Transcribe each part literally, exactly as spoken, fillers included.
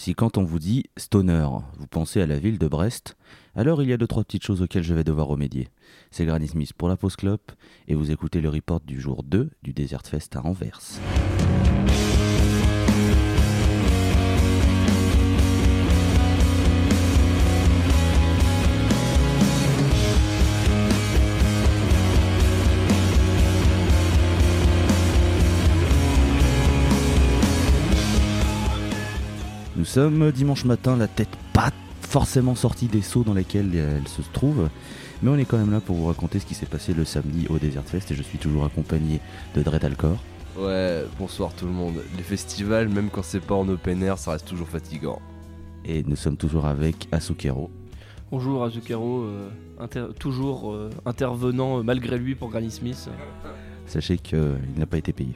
Si quand on vous dit stoner, vous pensez à la ville de Brest, alors il y a deux trois petites choses auxquelles je vais devoir remédier. C'est Granny Smith pour la pause clope et vous écoutez le report du jour deux du Desert Fest à Anvers. Nous sommes dimanche matin, la tête pas forcément sortie des seaux dans lesquels elle se trouve, mais on est quand même là pour vous raconter ce qui s'est passé le samedi au Desert Fest et je suis toujours accompagné de Dret Alcor. Ouais, bonsoir tout le monde. Les festivals, même quand c'est pas en open air, ça reste toujours fatigant. Et nous sommes toujours avec Asukero. Bonjour Asukero, euh, inter- toujours euh, intervenant euh, malgré lui pour Granny Smith. Sachez qu'il n'a pas été payé.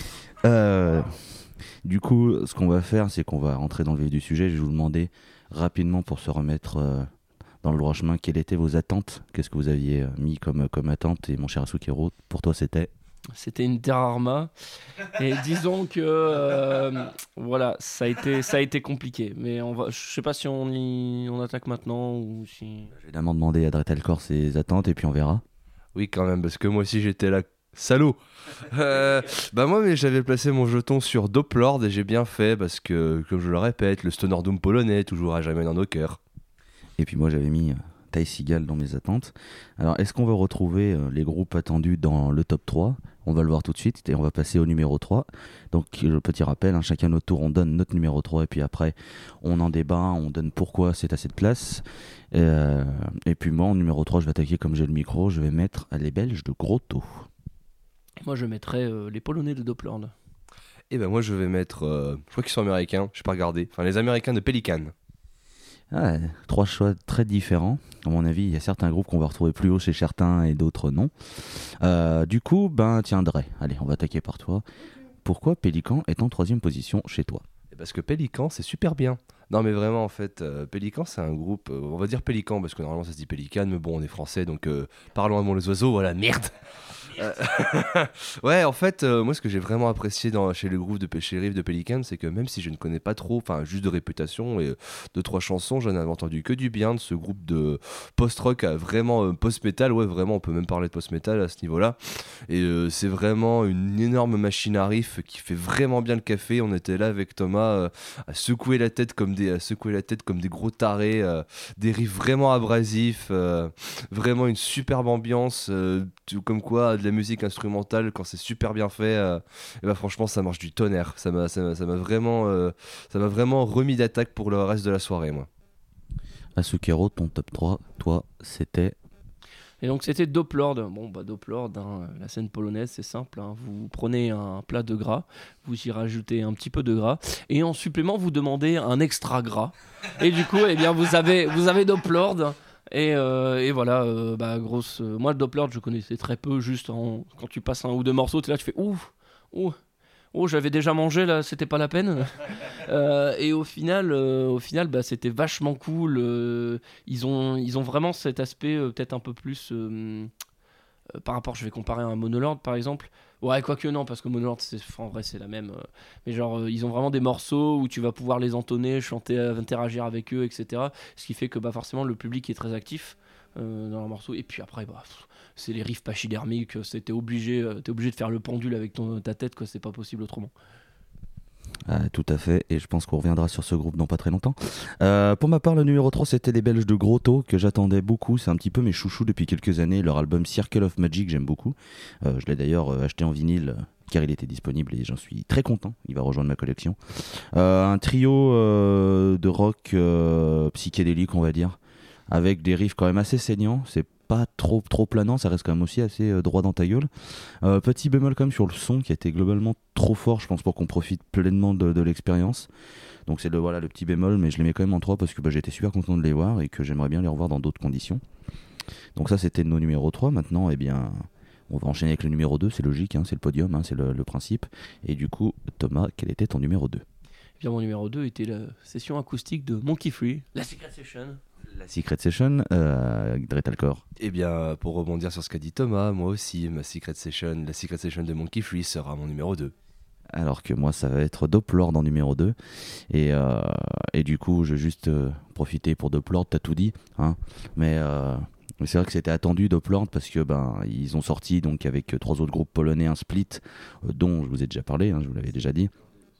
Euh... Du coup, ce qu'on va faire, c'est qu'on va rentrer dans le vif du sujet. Je vais vous demander rapidement, pour se remettre euh, dans le droit chemin, quelles étaient vos attentes ? Qu'est-ce que vous aviez mis comme, comme attente ? Et mon cher Asukero, pour toi, c'était ? C'était une Terra Arma. Et disons que euh, voilà, ça a été, ça a été compliqué. Mais on va, je sais pas si on, y, on attaque maintenant ou si... Je vais d'abord demander à Dret Alcor ses attentes et puis on verra. Oui, quand même, parce que moi aussi j'étais là. Salaud. euh, Bah moi mais j'avais placé mon jeton sur Doplord et j'ai bien fait parce que, comme je le répète, le Stoner Doom polonais toujours à jamais dans nos cœurs. Et puis moi j'avais mis euh, Ty Seagal dans mes attentes. Alors est-ce qu'on va retrouver euh, les groupes attendus dans le top trois ? On va le voir tout de suite et on va passer au numéro trois. Donc le petit rappel, hein, chacun notre tour on donne notre numéro trois et puis après on en débat, on donne pourquoi c'est à cette place. Euh, et puis moi en numéro trois je vais attaquer comme j'ai le micro, je vais mettre les Belges de Grotto. Moi je mettrais euh, les Polonais de Doplord. Et ben moi je vais mettre, euh, je crois qu'ils sont américains, je n'ai pas regardé, enfin les Américains de Pelican. Ah, trois choix très différents. À mon avis, il y a certains groupes qu'on va retrouver plus haut chez certains et d'autres non. Euh, du coup, ben tiens Dre, allez, on va attaquer par toi. Pourquoi Pélican est en troisième position chez toi ? Parce que Pélican c'est super bien. Non mais vraiment en fait, euh, Pélican c'est un groupe, euh, on va dire Pélican parce que normalement ça se dit Pélican, mais bon on est français donc euh, parlons avant les oiseaux, voilà merde. Euh, ouais en fait euh, moi ce que j'ai vraiment apprécié dans, chez le groupe de chez les Riffs de Pélican, c'est que même si je ne connais pas trop, enfin juste de réputation et euh, deux trois chansons, j'en avais entendu que du bien de ce groupe de post-rock à vraiment euh, post-metal, ouais vraiment on peut même parler de post-metal à ce niveau-là. Et euh, c'est vraiment une énorme machine à riff qui fait vraiment bien le café. On était là avec Thomas euh, à secouer la tête comme des à secouer la tête comme des gros tarés, euh, des riffs vraiment abrasifs, euh, vraiment une superbe ambiance, euh, tout comme quoi de la musique instrumentale quand c'est super bien fait, euh, et bah franchement ça marche du tonnerre. Ça m'a ça m'a, ça m'a vraiment euh, ça m'a vraiment remis d'attaque pour le reste de la soirée moi. Asukero, ton top trois, toi, c'était... Et donc c'était Doplord. Bon bah Doplord, hein, la scène polonaise c'est simple, hein. Vous prenez un plat de gras, vous y rajoutez un petit peu de gras et en supplément vous demandez un extra gras. Et du coup eh bien vous avez vous avez Doplord et, euh, et voilà euh, bah grosse. Euh, moi le Doplord je connaissais très peu, juste en, quand tu passes un ou deux morceaux t'es là tu fais ouf ouh. Oh, j'avais déjà mangé là, c'était pas la peine. euh, et au final, euh, au final, bah, c'était vachement cool. Euh, ils ont, ils ont vraiment cet aspect euh, peut-être un peu plus euh, euh, par rapport. Je vais comparer à un Monolord par exemple. Ouais, quoique non, parce que Monolord, c'est, en vrai, c'est la même. Euh, mais genre, euh, ils ont vraiment des morceaux où tu vas pouvoir les entonner, chanter, interagir avec eux, et cetera. Ce qui fait que bah forcément le public est très actif euh, dans leurs morceaux. Et puis après, bah. Pff, c'est les riffs pachydermiques, c'était obligé, euh, t'es obligé de faire le pendule avec ton, ta tête, quoi, c'est pas possible autrement. Ah, tout à fait, et je pense qu'on reviendra sur ce groupe dans pas très longtemps. Euh, pour ma part, le numéro trois, c'était les Belges de Grotto, que j'attendais beaucoup. C'est un petit peu mes chouchous depuis quelques années. Leur album Circle of Magic, j'aime beaucoup. Euh, je l'ai d'ailleurs euh, acheté en vinyle, euh, car il était disponible, et j'en suis très content. Il va rejoindre ma collection. Euh, un trio euh, de rock euh, psychédélique, on va dire, avec des riffs quand même assez saignants. C'est pas trop trop planant, ça reste quand même aussi assez euh, droit dans ta gueule. Euh, petit bémol quand même sur le son qui a été globalement trop fort, je pense, pour qu'on profite pleinement de, de l'expérience. Donc c'est le, voilà, le petit bémol, mais je les mets quand même en trois parce que bah, j'étais super content de les voir et que j'aimerais bien les revoir dans d'autres conditions. Donc ça c'était nos numéros trois. Maintenant, eh bien, on va enchaîner avec le numéro deux, c'est logique, hein, c'est le podium, hein, c'est le, le principe. Et du coup, Thomas, quel était ton numéro deux ? Eh bien, mon numéro deux était la session acoustique de Monkey Free, la Secret Session. La Secret Session, euh, Dret Alcor. Et bien pour rebondir sur ce qu'a dit Thomas, moi aussi ma Secret Session, la Secret Session de Monkey Free sera mon numéro deux. alors que moi ça va être Dope Lord en numéro deux. Et, euh, et du coup, je vais juste euh, profiter pour Dope Lord, t'as tout dit. Hein, mais. Euh, Mais c'est vrai que c'était attendu Dope Lord parce que ben ils ont sorti donc avec euh, trois autres groupes polonais un split euh, dont je vous ai déjà parlé, hein, je vous l'avais déjà dit.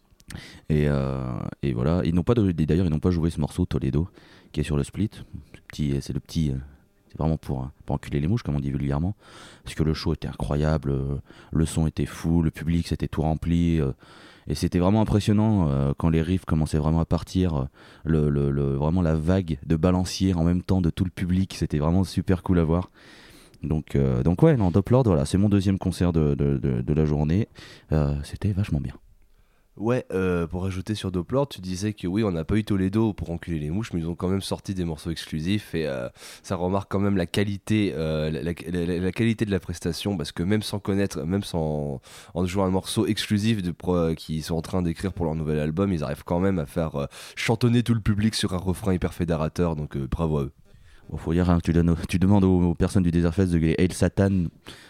Et, euh, et voilà, ils n'ont pas de- d'ailleurs ils n'ont pas joué ce morceau Toledo qui est sur le split. Ce petit, c'est le petit, euh, c'est vraiment pour, euh, pour enculer les mouches comme on dit vulgairement. Parce que le show était incroyable, euh, le son était fou, le public s'était tout rempli. euh, et c'était vraiment impressionnant euh, quand les riffs commençaient vraiment à partir, euh, le, le- le- vraiment la vague de balancier en même temps de tout le public, c'était vraiment super cool à voir. Donc, euh, donc ouais, non, Dope Lord, voilà, c'est mon deuxième concert de, de, de, de la journée. Euh, c'était vachement bien. Ouais, euh, pour rajouter sur Doppler, tu disais que oui, on n'a pas eu Toledo pour enculer les mouches, mais ils ont quand même sorti des morceaux exclusifs et euh, ça remarque quand même la qualité, euh, la, la- la- la qualité de la prestation, parce que même sans connaître, même sans en jouant un morceau exclusif de pro, qu'ils sont en train d'écrire pour leur nouvel album, ils arrivent quand même à faire euh, chantonner tout le public sur un refrain hyper fédérateur, donc euh, bravo à eux. Bon, faut dire, hein, tu, donnes, tu demandes aux, aux personnes du Desert Fest de gueuler Hail Satan.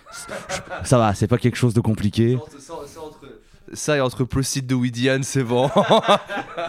Ça va, c'est pas quelque chose de compliqué. Ça et entre Proceed de Widian, c'est bon. On a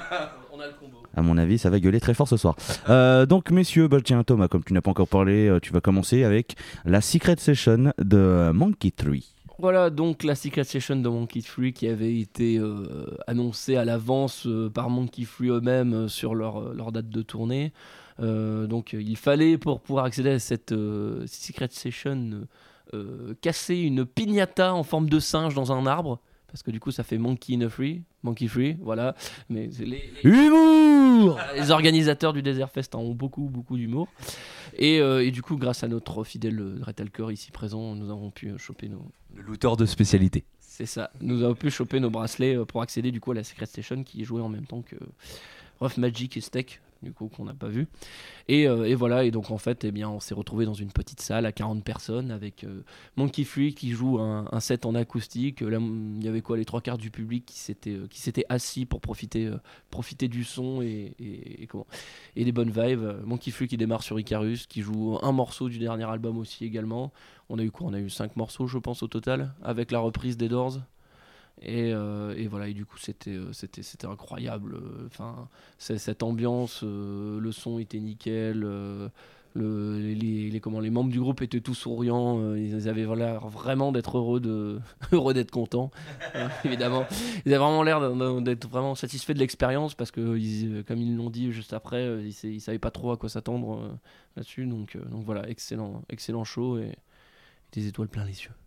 le combo. À mon avis, ça va gueuler très fort ce soir. Euh, donc, messieurs, bah, tiens, Thomas, comme tu n'as pas encore parlé, euh, tu vas commencer avec la Secret Session de Monkey trois. Voilà donc la Secret Session de Monkey trois qui avait été euh, annoncée à l'avance euh, par Monkey trois eux-mêmes euh, sur leur, euh, leur date de tournée. Euh, donc euh, il fallait pour pouvoir accéder à cette euh, Secret Session euh, casser une piñata en forme de singe dans un arbre. Parce que du coup ça fait Monkey in a Free, Monkey Free, voilà. Mais c'est les, les... Humour. Les organisateurs du Desert Fest ont beaucoup, beaucoup d'humour. Et, euh, et du coup, grâce à notre fidèle Retalker ici présent, nous avons pu choper nos... Le looter de spécialité. C'est ça. Nous avons pu choper nos bracelets euh, pour accéder du coup à la Secret Station qui jouait en même temps que Rough Magic et Steak, du coup, qu'on n'a pas vu. Et, euh, et voilà, et donc en fait, eh bien, on s'est retrouvé dans une petite salle à quarante personnes avec euh, Monkey trois qui joue un, un set en acoustique. Là, il y avait quoi, les trois quarts du public qui s'étaient, euh, qui s'étaient assis pour profiter, euh, profiter du son et, et, et, comment, et des bonnes vibes. Monkey trois qui démarre sur Icarus, qui joue un morceau du dernier album aussi également. On a eu quoi? On a eu cinq morceaux, je pense, au total, avec la reprise des Doors. Et, euh, et voilà, et du coup c'était euh, c'était c'était incroyable. Enfin, c'est, cette ambiance, euh, le son était nickel. Euh, le, les, les, les- comment, les membres du groupe étaient tous souriants. Euh, ils avaient l'air vraiment d'être heureux de heureux d'être contents. Euh, évidemment, ils avaient vraiment l'air d'un- d'être vraiment satisfaits de l'expérience parce que ils, comme ils l'ont dit juste après, euh, ils, sa- ils savaient pas trop à quoi s'attendre euh, là-dessus. Donc euh, donc voilà, excellent excellent show et des étoiles plein les yeux.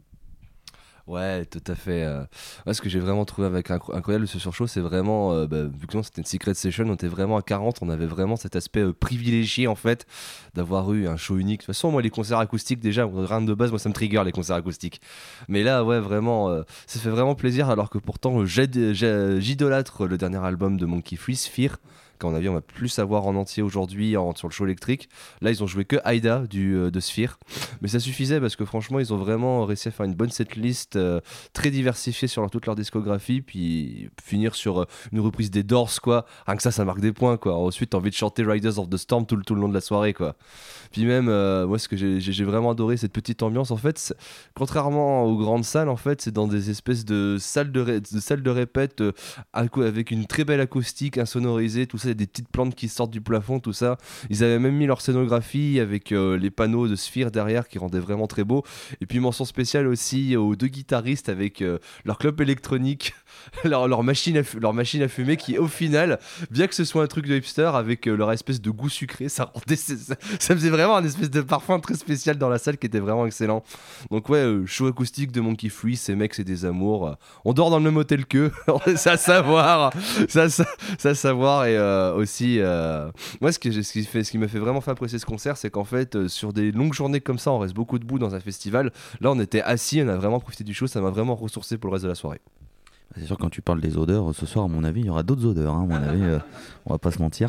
Ouais, tout à fait. euh. Ouais, ce que j'ai vraiment trouvé avec incro- incroyable ce sur show, c'est vraiment, euh, bah, vu que non, c'était une secret session, on était vraiment à quarante, on avait vraiment cet aspect euh, privilégié en fait d'avoir eu un show unique. De toute façon, moi les concerts acoustiques déjà, rien de base, moi ça me trigger les concerts acoustiques. Mais là, ouais, vraiment, euh, ça fait vraiment plaisir alors que pourtant euh, j'aide- j'ai- j'idolâtre le dernier album de Monkey trois, Sphere. Qu'à mon avis, on va plus savoir en entier aujourd'hui en- sur le show électrique. Là, ils ont joué que Aida du, euh, de Sphere. Mais ça suffisait parce que franchement, ils ont vraiment réussi à faire une bonne setlist euh, très diversifiée sur leur, toute leur discographie. Puis finir sur euh, une reprise des Doors, quoi. Rien que ça, ça marque des points, quoi. Ensuite, t'as envie de chanter Riders of the Storm tout le, tout le long de la soirée, quoi. Puis même, euh, moi, ce que j'ai, j'ai j'ai vraiment adoré, cette petite ambiance. En fait, c'est- contrairement aux grandes salles, en fait, c'est dans des espèces de salles de, ré- de, salles de répète euh, acou- avec une très belle acoustique, insonorisée, tout ça. Il y a des petites plantes qui sortent du plafond, tout ça. Ils avaient même mis leur scénographie avec euh, les panneaux de Sphere derrière qui rendaient vraiment très beau. Et puis mention spéciale aussi aux deux guitaristes avec euh, leur club électronique, leur, leur, machine à fu- leur machine à fumer qui au final, bien que ce soit un truc de hipster avec euh, leur espèce de goût sucré, ça, rendait, ça, ça faisait vraiment un espèce de parfum très spécial dans la salle qui était vraiment excellent. Donc ouais, euh, show acoustique de Monkey trois, ces mecs c'est des amours. Euh, on dort dans le même hôtel qu'eux, ça à savoir, ça, ça, ça à savoir et euh, aussi... Euh, moi ce, que j'ai- ce, qui fait, ce qui m'a fait vraiment fait apprécier ce concert, c'est qu'en fait euh, sur des longues journées comme ça, on reste beaucoup debout dans un festival. Là on était assis, on a vraiment profité du show, ça m'a vraiment ressourcé pour le reste de la soirée. C'est sûr, quand tu parles des odeurs, ce soir, à mon avis, il y aura d'autres odeurs. Hein, à mon avis, euh, on va pas se mentir.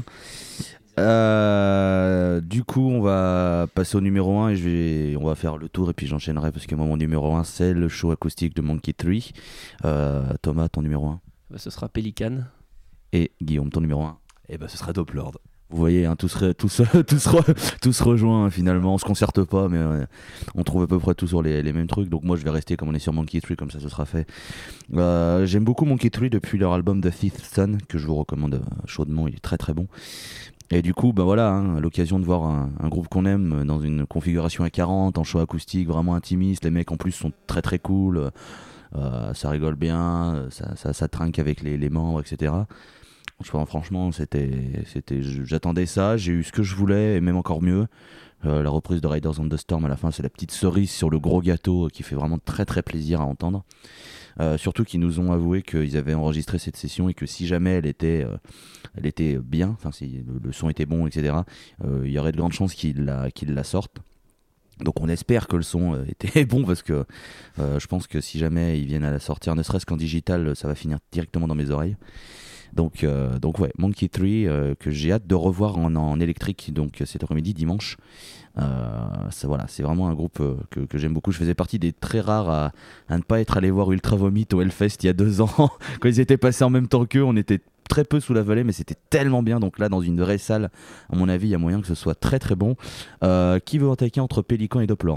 Euh, du coup, on va passer au numéro un et je vais, on va faire le tour et puis j'enchaînerai parce que moi, mon numéro un, c'est le show acoustique de Monkey trois. Euh, Thomas, ton numéro un. Bah, ce sera Pelican. Et Guillaume, ton numéro un. Et bah ce sera Dope Lord. Vous voyez, hein, tous, re- tous, tous, re- tous rejoints hein, finalement, on se concerte pas, mais euh, on trouve à peu près tous sur les, les mêmes trucs. Donc moi je vais rester comme on est sur Monkey Tree, comme ça ce sera fait. Euh, j'aime beaucoup Monkey Tree depuis leur album The Fifth Sun, que je vous recommande euh, chaudement, il est très très bon. Et du coup, bah voilà, hein, l'occasion de voir un, un groupe qu'on aime dans une configuration à quarante, en show acoustique, vraiment intimiste. Les mecs en plus sont très très cool, euh, ça rigole bien, ça, ça, ça trinque avec les, les membres, et cetera. Je pense, franchement, c'était, c'était, j'attendais ça, j'ai eu ce que je voulais et même encore mieux. Euh, la reprise de Riders on the Storm à la fin, c'est la petite cerise sur le gros gâteau qui fait vraiment très très plaisir à entendre. Euh, surtout qu'ils nous ont avoué qu'ils avaient enregistré cette session et que si jamais elle était, euh, elle était bien, enfin si le, le son était bon, et cetera, euh, il y aurait de grandes chances qu'ils la, qu'ils la sortent. Donc on espère que le son euh, était bon parce que euh, je pense que si jamais ils viennent à la sortir, ne serait-ce qu'en digital, ça va finir directement dans mes oreilles. Donc, euh, donc ouais, Monkey Tree euh, que j'ai hâte de revoir en, en électrique donc cet après-midi dimanche. Euh, c'est, voilà, c'est vraiment un groupe euh, que, que j'aime beaucoup. Je faisais partie des très rares à, à ne pas être allé voir Ultra Vomit au Hellfest il y a deux ans quand ils étaient passés en même temps qu'eux. On était très peu sous la vallée, mais c'était tellement bien. Donc là, dans une vraie salle, à mon avis, il y a moyen que ce soit très très bon. Euh, qui veut attaquer entre Pélican et Doplord?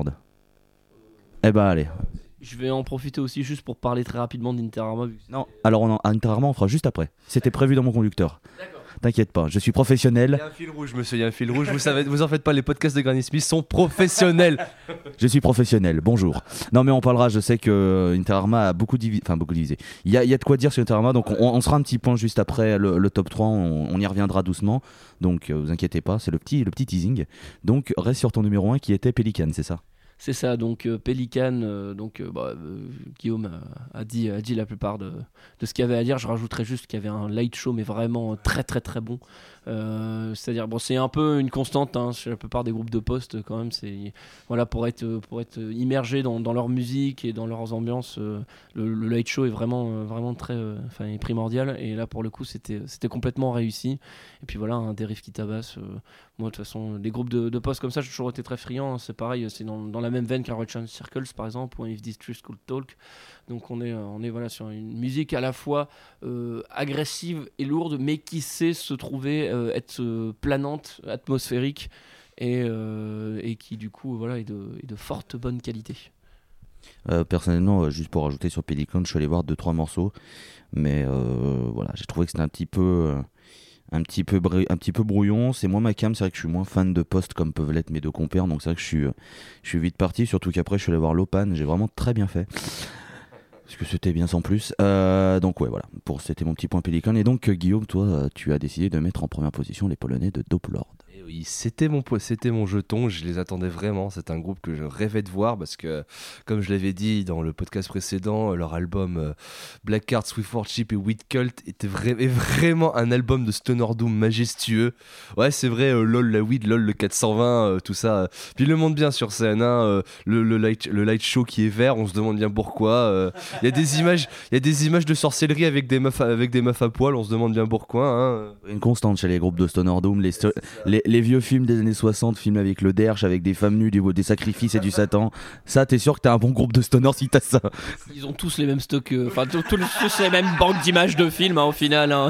Eh ben allez. Je vais en profiter aussi juste pour parler très rapidement d'Inter Arma. Non, alors on en, Inter Arma, on fera juste après. C'était prévu dans mon conducteur. D'accord. T'inquiète pas, je suis professionnel. Il y a un fil rouge, monsieur, il y a un fil rouge. Vous savez, vous en faites pas, les podcasts de Granny Smith sont professionnels. Je suis professionnel, bonjour. Non mais on parlera, je sais que Inter Arma a beaucoup divisé. Enfin, beaucoup divisé. Il y a, il y a de quoi dire sur Inter Arma, donc on, on sera un petit point juste après le, le top trois, on, on y reviendra doucement. Donc euh, vous inquiétez pas, c'est le petit, le petit teasing. Donc reste sur ton numéro un qui était Pelican, c'est ça? C'est ça, donc euh, Pelican, euh, donc euh, bah, euh, Guillaume a, a, dit, a dit la plupart de, de ce qu'il y avait à dire. Je rajouterais juste qu'il y avait un light show, mais vraiment très très très bon. Euh, c'est-à-dire, bon, c'est un peu une constante hein, chez la plupart des groupes de post quand même. C'est, voilà, pour être, pour être immergé dans, dans leur musique et dans leurs ambiances, euh, le, le light show est vraiment, euh, vraiment très euh, est primordial. Et là, pour le coup, c'était, c'était complètement réussi. Et puis voilà, un dérive qui tabasse. Euh, moi, de toute façon, les groupes de, de post comme ça, j'ai toujours été très friand. Hein, c'est pareil, c'est dans, dans la même veine qu'un Red Chance Circles, par exemple, ou un If This Truth Could Talk. Donc on est, on est voilà, sur une musique à la fois euh, agressive et lourde, mais qui sait se trouver euh, être euh, planante, atmosphérique, et, euh, et qui du coup voilà, est, de, est de forte bonne qualité. Euh, personnellement, euh, juste pour rajouter sur Pelican, je suis allé voir deux trois morceaux, mais euh, voilà, j'ai trouvé que c'était un petit peu... Euh... Un petit, peu br- un petit peu brouillon, c'est moins ma cam, c'est vrai que je suis moins fan de post comme peuvent l'être mes deux compères, donc c'est vrai que je suis, je suis vite parti, surtout qu'après je suis allé voir Lopan, j'ai vraiment très bien fait, parce que c'était bien sans plus, euh, donc ouais voilà, pour, c'était mon petit point Pelican, et donc Guillaume, toi tu as décidé de mettre en première position les Polonais de Doplord. Et oui, c'était mon, c'était mon jeton, je les attendais vraiment, c'est un groupe que je rêvais de voir parce que, comme je l'avais dit dans le podcast précédent, leur album euh, Black Card, Swift Worship et Weed Cult était vra- est vraiment un album de Stoner Doom majestueux. Ouais, c'est vrai, euh, LOL la Weed, LOL le quatre cent vingt, euh, tout ça. Euh. Puis il le montre bien sur scène, hein, euh, le, le, light, le light show qui est vert, on se demande bien pourquoi. Il euh, y a des images, il y a des images de sorcellerie avec des meufs, avec des meufs à poil, on se demande bien pourquoi. Hein. Une constante chez les groupes de Stoner Doom, les, sto- les, les vieux films des années soixante, films avec le derche, avec des femmes nues, des, des sacrifices et du Satan. Ça, t'es sûr que t'as un bon groupe de Stoner si t'as ça. Ils ont tous les mêmes stocks, enfin euh, tous les mêmes banques d'images de films hein, au final. Hein.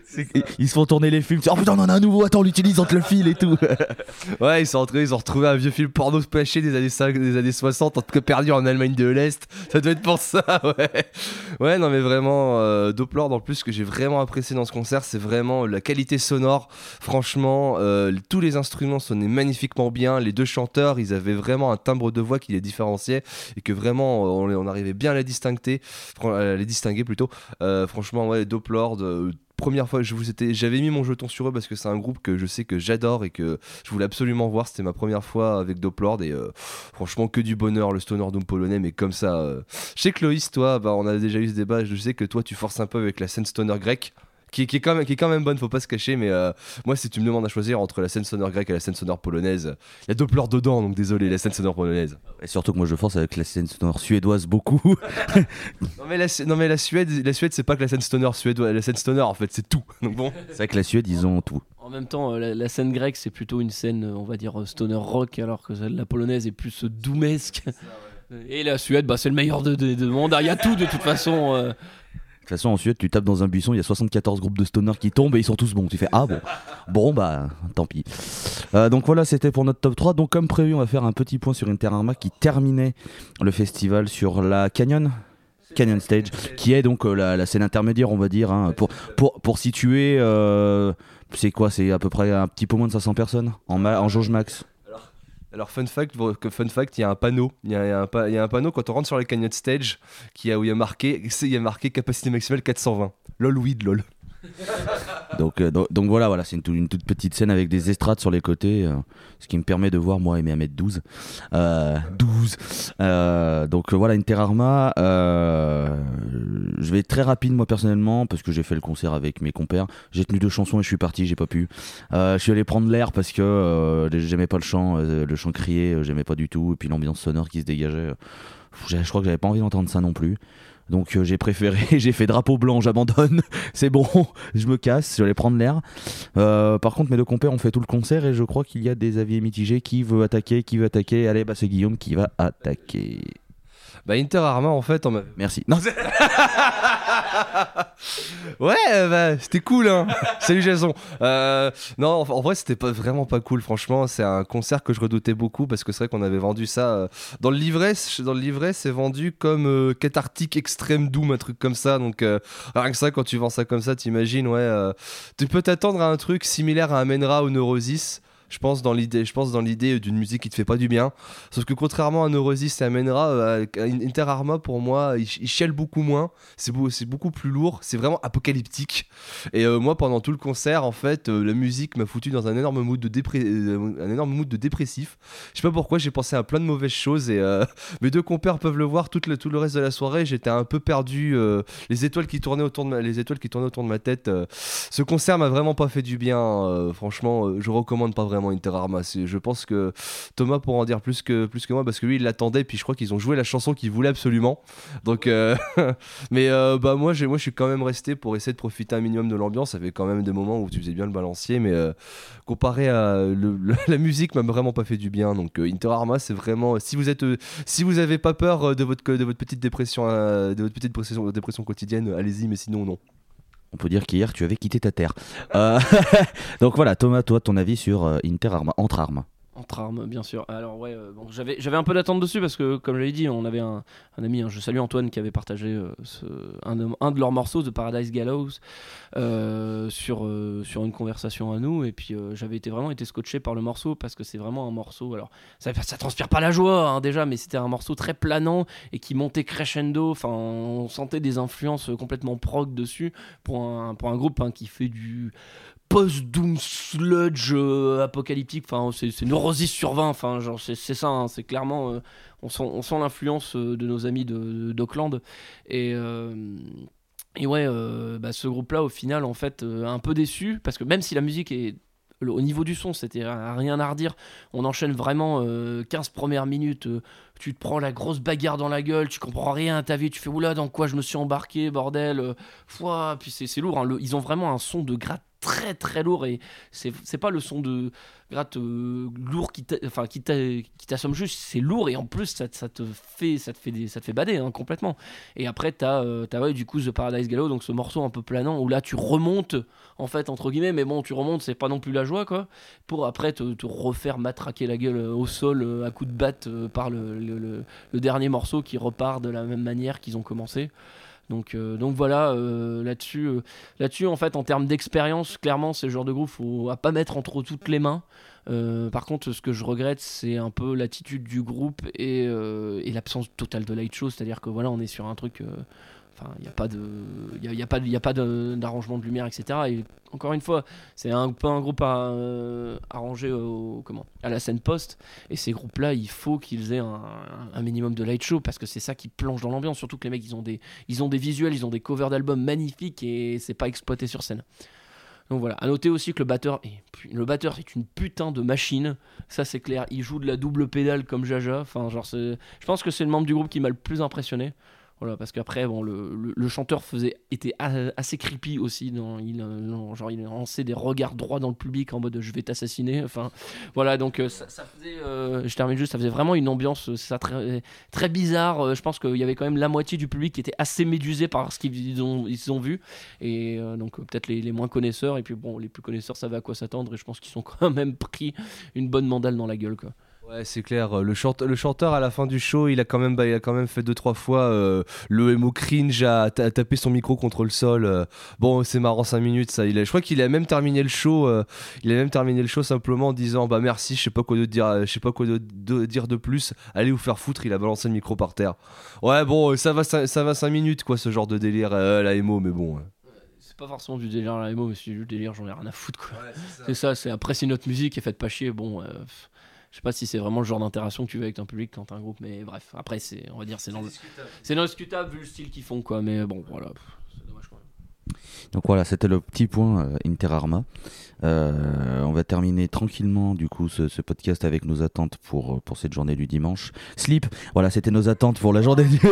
Ils se font tourner les films. Oh putain, on en a un nouveau, attends, on l'utilise entre le fil et tout. Ouais, ils sont entrés, ils ont retrouvé un vieux film porno splashé des années, cinq, des années soixante, en tout cas perdu en Allemagne de l'Est. Ça doit être pour ça, ouais. Ouais, non, mais vraiment, euh, Doplord, en plus, ce que j'ai vraiment apprécié dans ce concert, c'est vraiment la qualité sonore. Franchement, euh, tous les instruments sonnaient magnifiquement bien. Les deux chanteurs, ils avaient vraiment un timbre de voix qui les différenciait et que vraiment, on, on arrivait bien à les distinguer, à les distinguer plutôt. Euh, franchement, ouais, Doplord. Euh, Première fois, je vous étais, j'avais mis mon jeton sur eux parce que c'est un groupe que je sais que j'adore et que je voulais absolument voir. C'était ma première fois avec Doplord et euh, franchement que du bonheur, le Stoner Doom polonais, mais comme ça. Euh... Je sais que Loïs, toi, bah, on a déjà eu ce débat. Je sais que toi, tu forces un peu avec la scène Stoner grecque. Qui, qui, est quand même, qui est quand même bonne, faut pas se cacher, mais euh, moi, si tu me demandes à choisir entre la scène sonore grecque et la scène sonore polonaise, il y a Doplord dedans, donc désolé, la scène sonore polonaise. Et surtout que moi je force avec la scène sonore suédoise beaucoup. non, mais la, non, mais la Suède, la Suède c'est pas que la scène stoner suédoise, la scène stoner en fait, c'est tout. Donc bon. C'est vrai que la Suède, ils ont tout. En même temps, la, la scène grecque, c'est plutôt une scène, on va dire, stoner rock, alors que la polonaise est plus doomesque. Ça, ouais. Et la Suède, bah, c'est le meilleur de, de, de monde. Il y a tout de toute façon. Euh... De toute façon, en Suède, tu tapes dans un buisson, il y a soixante-quatorze groupes de stoners qui tombent et ils sont tous bons. Tu fais ah bon, bon bah tant pis. Euh, donc voilà, c'était pour notre top trois. Donc comme prévu, on va faire un petit point sur Inter Arma qui terminait le festival sur la Canyon. Canyon Stage, qui est donc euh, la, la scène intermédiaire, on va dire, hein, pour, pour, pour situer, euh, c'est quoi, c'est à peu près un petit peu moins de cinq cents personnes en, ma- en jauge max. Alors fun fact, fun fact, il y a un panneau, il y a, il y a un, pa- il y a un panneau quand on rentre sur les Canyon Stage, qui a, où il y a marqué, il y a marqué capacité maximale quatre cent vingt. Lol weed lol. Donc, euh, donc, donc voilà, voilà c'est une, tout- une toute petite scène avec des estrades sur les côtés, euh, ce qui me permet de voir moi et mes un mètre douze. Euh, douze. Euh, donc euh, voilà, Inter Arma. Euh, je vais être très rapide moi personnellement parce que j'ai fait le concert avec mes compères. J'ai tenu deux chansons et je suis parti, j'ai pas pu. Euh, je suis allé prendre l'air parce que euh, j'aimais pas le chant, euh, le chant crié, euh, j'aimais pas du tout. Et puis l'ambiance sonore qui se dégageait. euh, je crois que j'avais pas envie d'entendre ça non plus. Donc euh, j'ai préféré, j'ai fait drapeau blanc, j'abandonne, c'est bon, je me casse, je vais aller prendre l'air. Euh, par contre mes deux compères ont fait tout le concert et je crois qu'il y a des avis mitigés. Qui veut attaquer, qui veut attaquer? Allez, bah c'est Guillaume qui va attaquer. Bah Inter Arma en fait on m'a... Merci. Non, c'est... Ouais bah c'était cool hein. Salut Jason. Euh, non en, en vrai c'était pas, vraiment pas cool franchement, c'est un concert que je redoutais beaucoup parce que c'est vrai qu'on avait vendu ça euh, dans le livret, dans le livret c'est vendu comme euh, cathartique extrême doom, un truc comme ça, donc euh, rien que ça quand tu vends ça comme ça t'imagines ouais euh, tu peux t'attendre à un truc similaire à Amenra ou Neurosis. Je pense dans l'idée, je pense dans l'idée d'une musique qui te fait pas du bien. Sauf que contrairement à Neurosis et à Menra, euh, Inter Arma pour moi, il, il chiale beaucoup moins. C'est, beau, c'est beaucoup plus lourd. C'est vraiment apocalyptique. Et euh, moi, pendant tout le concert, en fait, euh, la musique m'a foutu dans un énorme mood de dépré- euh, un énorme mood de dépressif. Je sais pas pourquoi, j'ai pensé à plein de mauvaises choses. Et euh, mes deux compères peuvent le voir. Tout le, tout le reste de la soirée, j'étais un peu perdu. Euh, les étoiles qui tournaient autour de ma, les étoiles qui tournaient autour de ma tête. Euh, ce concert m'a vraiment pas fait du bien. Euh, franchement, euh, je recommande pas vraiment Inter Arma. C'est, je pense que Thomas pourra en dire plus que, plus que moi parce que lui il l'attendait, puis je crois qu'ils ont joué la chanson qu'il voulait absolument. Donc, euh, mais euh, bah moi, j'ai, moi je suis quand même resté pour essayer de profiter un minimum de l'ambiance. Ça fait quand même des moments où tu faisais bien le balancier, mais euh, comparé à le, le, la musique m'a vraiment pas fait du bien. Donc euh, Inter Arma c'est vraiment, si vous êtes, euh, si vous avez pas peur de votre, de votre petite dépression, euh, de votre petite dépression, dépression quotidienne, allez-y, mais sinon non. On peut dire qu'hier tu avais quitté ta terre. Euh, donc voilà, Thomas, toi, ton avis sur euh, Inter Arma, entre armes. Entre armes, bien sûr. Alors ouais, euh, bon, j'avais, j'avais un peu d'attente dessus parce que, comme j'avais dit, on avait un, un ami, hein, je salue Antoine, qui avait partagé euh, ce, un, de, un de leurs morceaux de Paradise Gallows euh, sur, euh, sur une conversation à nous. Et puis euh, j'avais été, vraiment été scotché par le morceau parce que c'est vraiment un morceau. Alors ça, ça transpire pas la joie hein, déjà, mais c'était un morceau très planant et qui montait crescendo. Enfin, on sentait des influences complètement prog dessus pour un, pour un groupe hein, qui fait du post-doom sludge euh, apocalyptique, enfin c'est, c'est Neurosis sur vingt, enfin genre c'est, c'est ça, hein, c'est clairement euh, on sent, on sent l'influence euh, de nos amis de, de, d'Auckland et euh, et ouais euh, bah, ce groupe là au final en fait euh, un peu déçu parce que même si la musique est au niveau du son, c'était rien à redire. On enchaîne vraiment euh, quinze premières minutes. Euh, tu te prends la grosse bagarre dans la gueule, tu comprends rien à ta vie. Tu fais oula, dans quoi je me suis embarqué, bordel. Euh, Fouah, puis c'est, c'est lourd. Hein. Le, ils ont vraiment un son de gratte très très lourd et c'est, c'est pas le son de gratte euh, lourd qui, t'a, enfin, qui, t'a, qui t'assomme juste. C'est lourd et en plus ça, ça te fait ça te fait des, ça te fait bader hein, complètement. Et après t'as, euh, t'as ouais, du coup The Paradise Gallows, donc ce morceau un peu planant où là tu remontes en fait entre guillemets, mais bon tu remontes, c'est pas non plus la joie quoi, pour après te, te refaire matraquer la gueule au sol à coups de batte par le, le, le, le dernier morceau qui repart de la même manière qu'ils ont commencé. Donc, euh, donc voilà, euh, là-dessus, euh, là-dessus, en fait, en termes d'expérience, clairement, c'est le genre de groupe faut à pas mettre entre toutes les mains. Euh, par contre, ce que je regrette, c'est un peu l'attitude du groupe et, euh, et l'absence totale de light show. C'est-à-dire que voilà, on est sur un truc. Euh, Enfin, il n'y a pas de, il y a, y a pas, y a pas de, d'arrangement de lumière, et cetera. Et encore une fois, c'est un peu un groupe à, euh, arrangé au, comment, à la scène post. Et ces groupes-là, il faut qu'ils aient un, un minimum de light show parce que c'est ça qui plonge dans l'ambiance. Surtout que les mecs, ils ont des, ils ont des visuels, ils ont des covers d'albums magnifiques et c'est pas exploité sur scène. Donc voilà, à noter aussi que le batteur est, le batteur est une putain de machine, ça c'est clair. Il joue de la double pédale comme Jaja. Enfin, genre, c'est, je pense que c'est le membre du groupe qui m'a le plus impressionné. Voilà, parce qu'après, bon, le, le, le chanteur faisait, était a, assez creepy aussi. Dans, il, euh, genre, il lançait des regards droits dans le public en mode je vais t'assassiner. Enfin, voilà, donc euh, ça, ça faisait, euh, je termine juste, ça faisait vraiment une ambiance ça, très, très bizarre. Je pense qu'il y avait quand même la moitié du public qui était assez médusé par ce qu'ils ont, ils ont vu. Et euh, donc euh, peut-être les, les moins connaisseurs. Et puis bon, les plus connaisseurs savaient à quoi s'attendre. Et je pense qu'ils sont quand même pris une bonne mandale dans la gueule, quoi. Ouais, c'est clair. Le, chante- le chanteur à la fin du show, il a quand même, bah, il a quand même fait deux trois fois euh, le émo cringe à, ta- à taper son micro contre le sol. euh. Bon, c'est marrant cinq minutes ça. Il a, je crois qu'il a même terminé le show. euh, il a même terminé le show simplement en disant bah merci, je sais pas quoi de dire, euh, je sais pas quoi de, de dire de plus. Allez vous faire foutre. Il a balancé le micro par terre. Ouais, bon, ça va, ça, ça va cinq minutes quoi, ce genre de délire euh, la émo, mais bon. ouais. C'est pas forcément du délire à la émo, mais c'est du délire, j'en ai rien à foutre, quoi. Ouais, c'est ça. C'est ça, c'est apprécier notre musique et faites pas chier. Bon, euh, pff, je sais pas si c'est vraiment le genre d'interaction que tu veux avec ton public quand t'as un groupe, mais bref, après, c'est, on va dire, c'est, non, c'est non discutable vu le style qu'ils font, quoi. Mais bon, voilà, pff, c'est dommage quand même. Donc voilà, c'était le petit point euh, Inter Arma. Euh, on va terminer tranquillement du coup ce, ce podcast avec nos attentes pour, pour cette journée du dimanche. Sleep, voilà, c'était nos attentes pour la journée du...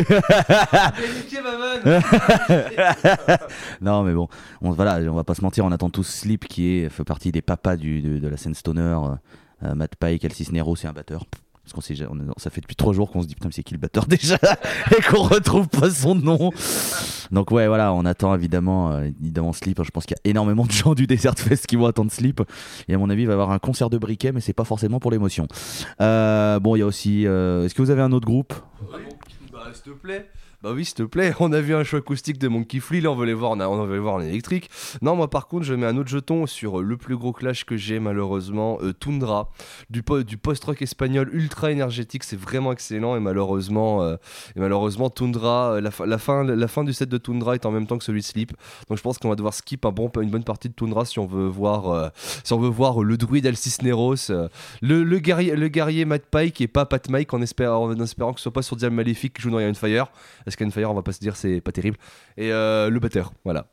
Non mais bon, on, voilà, on va pas se mentir, on attend tous Sleep qui est, fait partie des papas du, de, de la scène stoner. Euh, Matt Pike, Al Cisnero, c'est un batteur. Parce qu'on sait, on, ça fait depuis trois jours qu'on se dit putain mais c'est qui le batteur déjà et qu'on retrouve pas son nom. Donc ouais voilà, on attend évidemment euh, évidemment Sleep. Je pense qu'il y a énormément de gens du Desert Fest qui vont attendre Sleep. Et à mon avis il va y avoir un concert de briquet, mais c'est pas forcément pour l'émotion. Euh, bon il y a aussi, euh, est-ce que vous avez un autre groupe? Oui. Bah s'il te plaît. Bah oui, s'il te plaît, on a vu un show acoustique de Monkey Flea, là on veut les voir, on, a, on veut les voir en électrique. Non, moi par contre, je mets un autre jeton sur le plus gros clash que j'ai malheureusement, euh, Tundra, du, po- du post-rock espagnol ultra énergétique, c'est vraiment excellent et malheureusement, euh, et malheureusement Tundra, euh, la, fin, la, fin, la fin du set de Tundra est en même temps que celui de Sleep, donc je pense qu'on va devoir skip un bon, une bonne partie de Tundra si on veut voir, euh, si on veut voir le druide Al Cisneros, euh, le, le, guerrier, le guerrier Matt Pike et pas Pat Mike en espérant, en espérant que ce soit pas sur Diam Maléfique qui joue dans Iron Fire. Scanfire, on va pas se dire c'est pas terrible. Et euh, le batteur, voilà.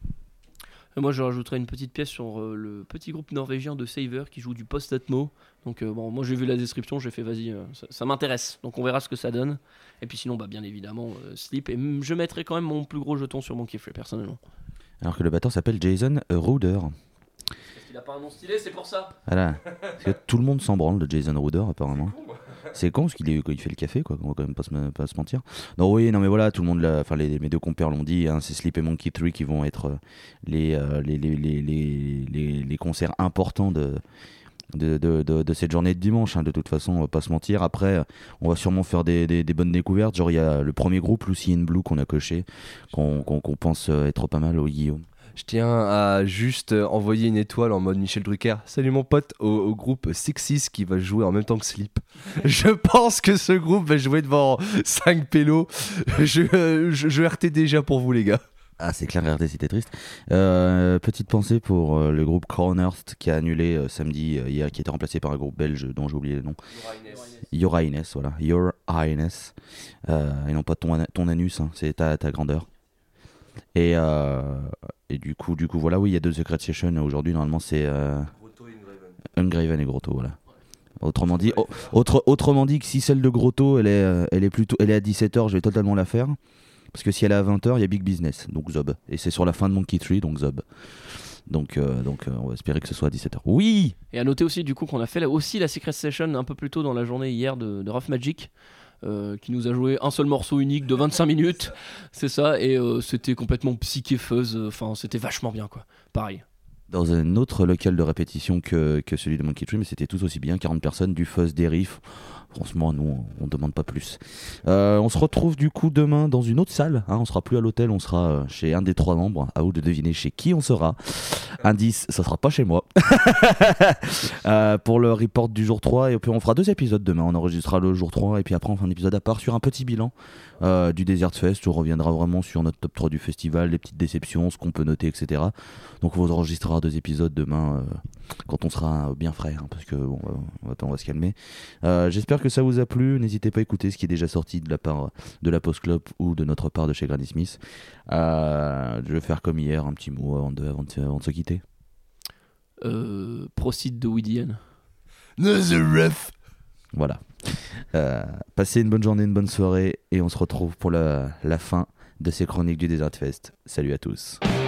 Et moi je rajouterais une petite pièce sur euh, le petit groupe norvégien de Saver qui joue du post-atmo. Donc euh, bon, moi j'ai vu la description, j'ai fait vas-y, euh, ça, ça m'intéresse. Donc on verra ce que ça donne. Et puis sinon, bah bien évidemment, euh, Sleep. Et m- je mettrai quand même mon plus gros jeton sur Monkey Flea personnellement. Alors que le batteur s'appelle Jason Ruder. Parce qu'il a pas un nom stylé, c'est pour ça. Voilà. Parce que tout le monde s'en branle de Jason Ruder apparemment. C'est con parce qu'il est, il fait le café quoi, on va quand même pas se, pas se mentir. Non oui, non mais voilà, tout le monde l'a, enfin les, mes deux compères l'ont dit, hein, c'est Sleep et Monkey trois qui vont être euh, les, euh, les, les, les, les, les, les concerts importants de, de, de, de, de cette journée de dimanche, hein. De toute façon on va pas se mentir. Après on va sûrement faire des, des, des bonnes découvertes, genre il y a le premier groupe Lucy in Blue qu'on a coché, qu'on, qu'on, qu'on pense être pas mal au Guillaume. Je tiens à juste envoyer une étoile en mode Michel Drucker. Salut mon pote au, au groupe Sixis qui va jouer en même temps que Sleep. Je pense que ce groupe va jouer devant cinq pélos. Je, je, je R T déjà pour vous les gars. Ah c'est clair, R T c'était triste. Euh, petite pensée pour euh, le groupe Cornhurst qui a annulé euh, samedi euh, hier, qui était remplacé par un groupe belge dont j'ai oublié le nom. Your Highness, voilà. Your Highness. Euh, et non pas ton, ton anus, hein, c'est ta, ta grandeur. Et, euh, et du coup, du coup, voilà, oui, il y a deux Secret Sessions aujourd'hui. Normalement, c'est euh, Ungraven et Grotto, voilà. Autrement dit, oh, autre, autrement dit que si celle de Grotto, elle est, euh, elle est plutôt, elle est à dix-sept heures, je vais totalement la faire. Parce que si elle est à vingt heures, il y a Big Business, donc Zob. Et c'est sur la fin de Monkey trois, donc Zob. Donc, euh, donc euh, on va espérer que ce soit à dix-sept heures. Oui. Et à noter aussi du coup qu'on a fait là, aussi la Secret Session un peu plus tôt dans la journée hier de, de Rough Magic. Euh, qui nous a joué un seul morceau unique de vingt-cinq minutes, c'est ça, et euh, c'était complètement psyché fuzz, enfin c'était vachement bien quoi, pareil. Dans un autre local de répétition que, que celui de Monkey Tree, mais c'était tout aussi bien, quarante personnes, du fuzz, des riffs. Franchement, nous, on ne demande pas plus. Euh, on se retrouve du coup demain dans une autre salle. Hein, on sera plus à l'hôtel, on sera chez un des trois membres. À vous de deviner chez qui on sera. Indice, ça sera pas chez moi. euh, pour le report du jour trois. Et puis on fera deux épisodes demain. On enregistrera le jour trois et puis après on fera un épisode à part sur un petit bilan euh, du Desert Fest. On reviendra vraiment sur notre top trois du festival, les petites déceptions, ce qu'on peut noter, et cetera. Donc on vous enregistrera deux épisodes demain euh, quand on sera bien frais. Hein, parce que bon, on va, on va se calmer. Euh, j'espère que ça vous a plu. N'hésitez pas à écouter ce qui est déjà sorti de la part de la Post Club ou de notre part de chez Granny Smith. Euh, je vais faire comme hier, un petit mot avant de, avant de, avant de se quitter. Euh, Proceed de Widian. Nazareth. Voilà. Euh, passez une bonne journée, une bonne soirée, et on se retrouve pour la, la fin de ces chroniques du Desert Fest. Salut à tous.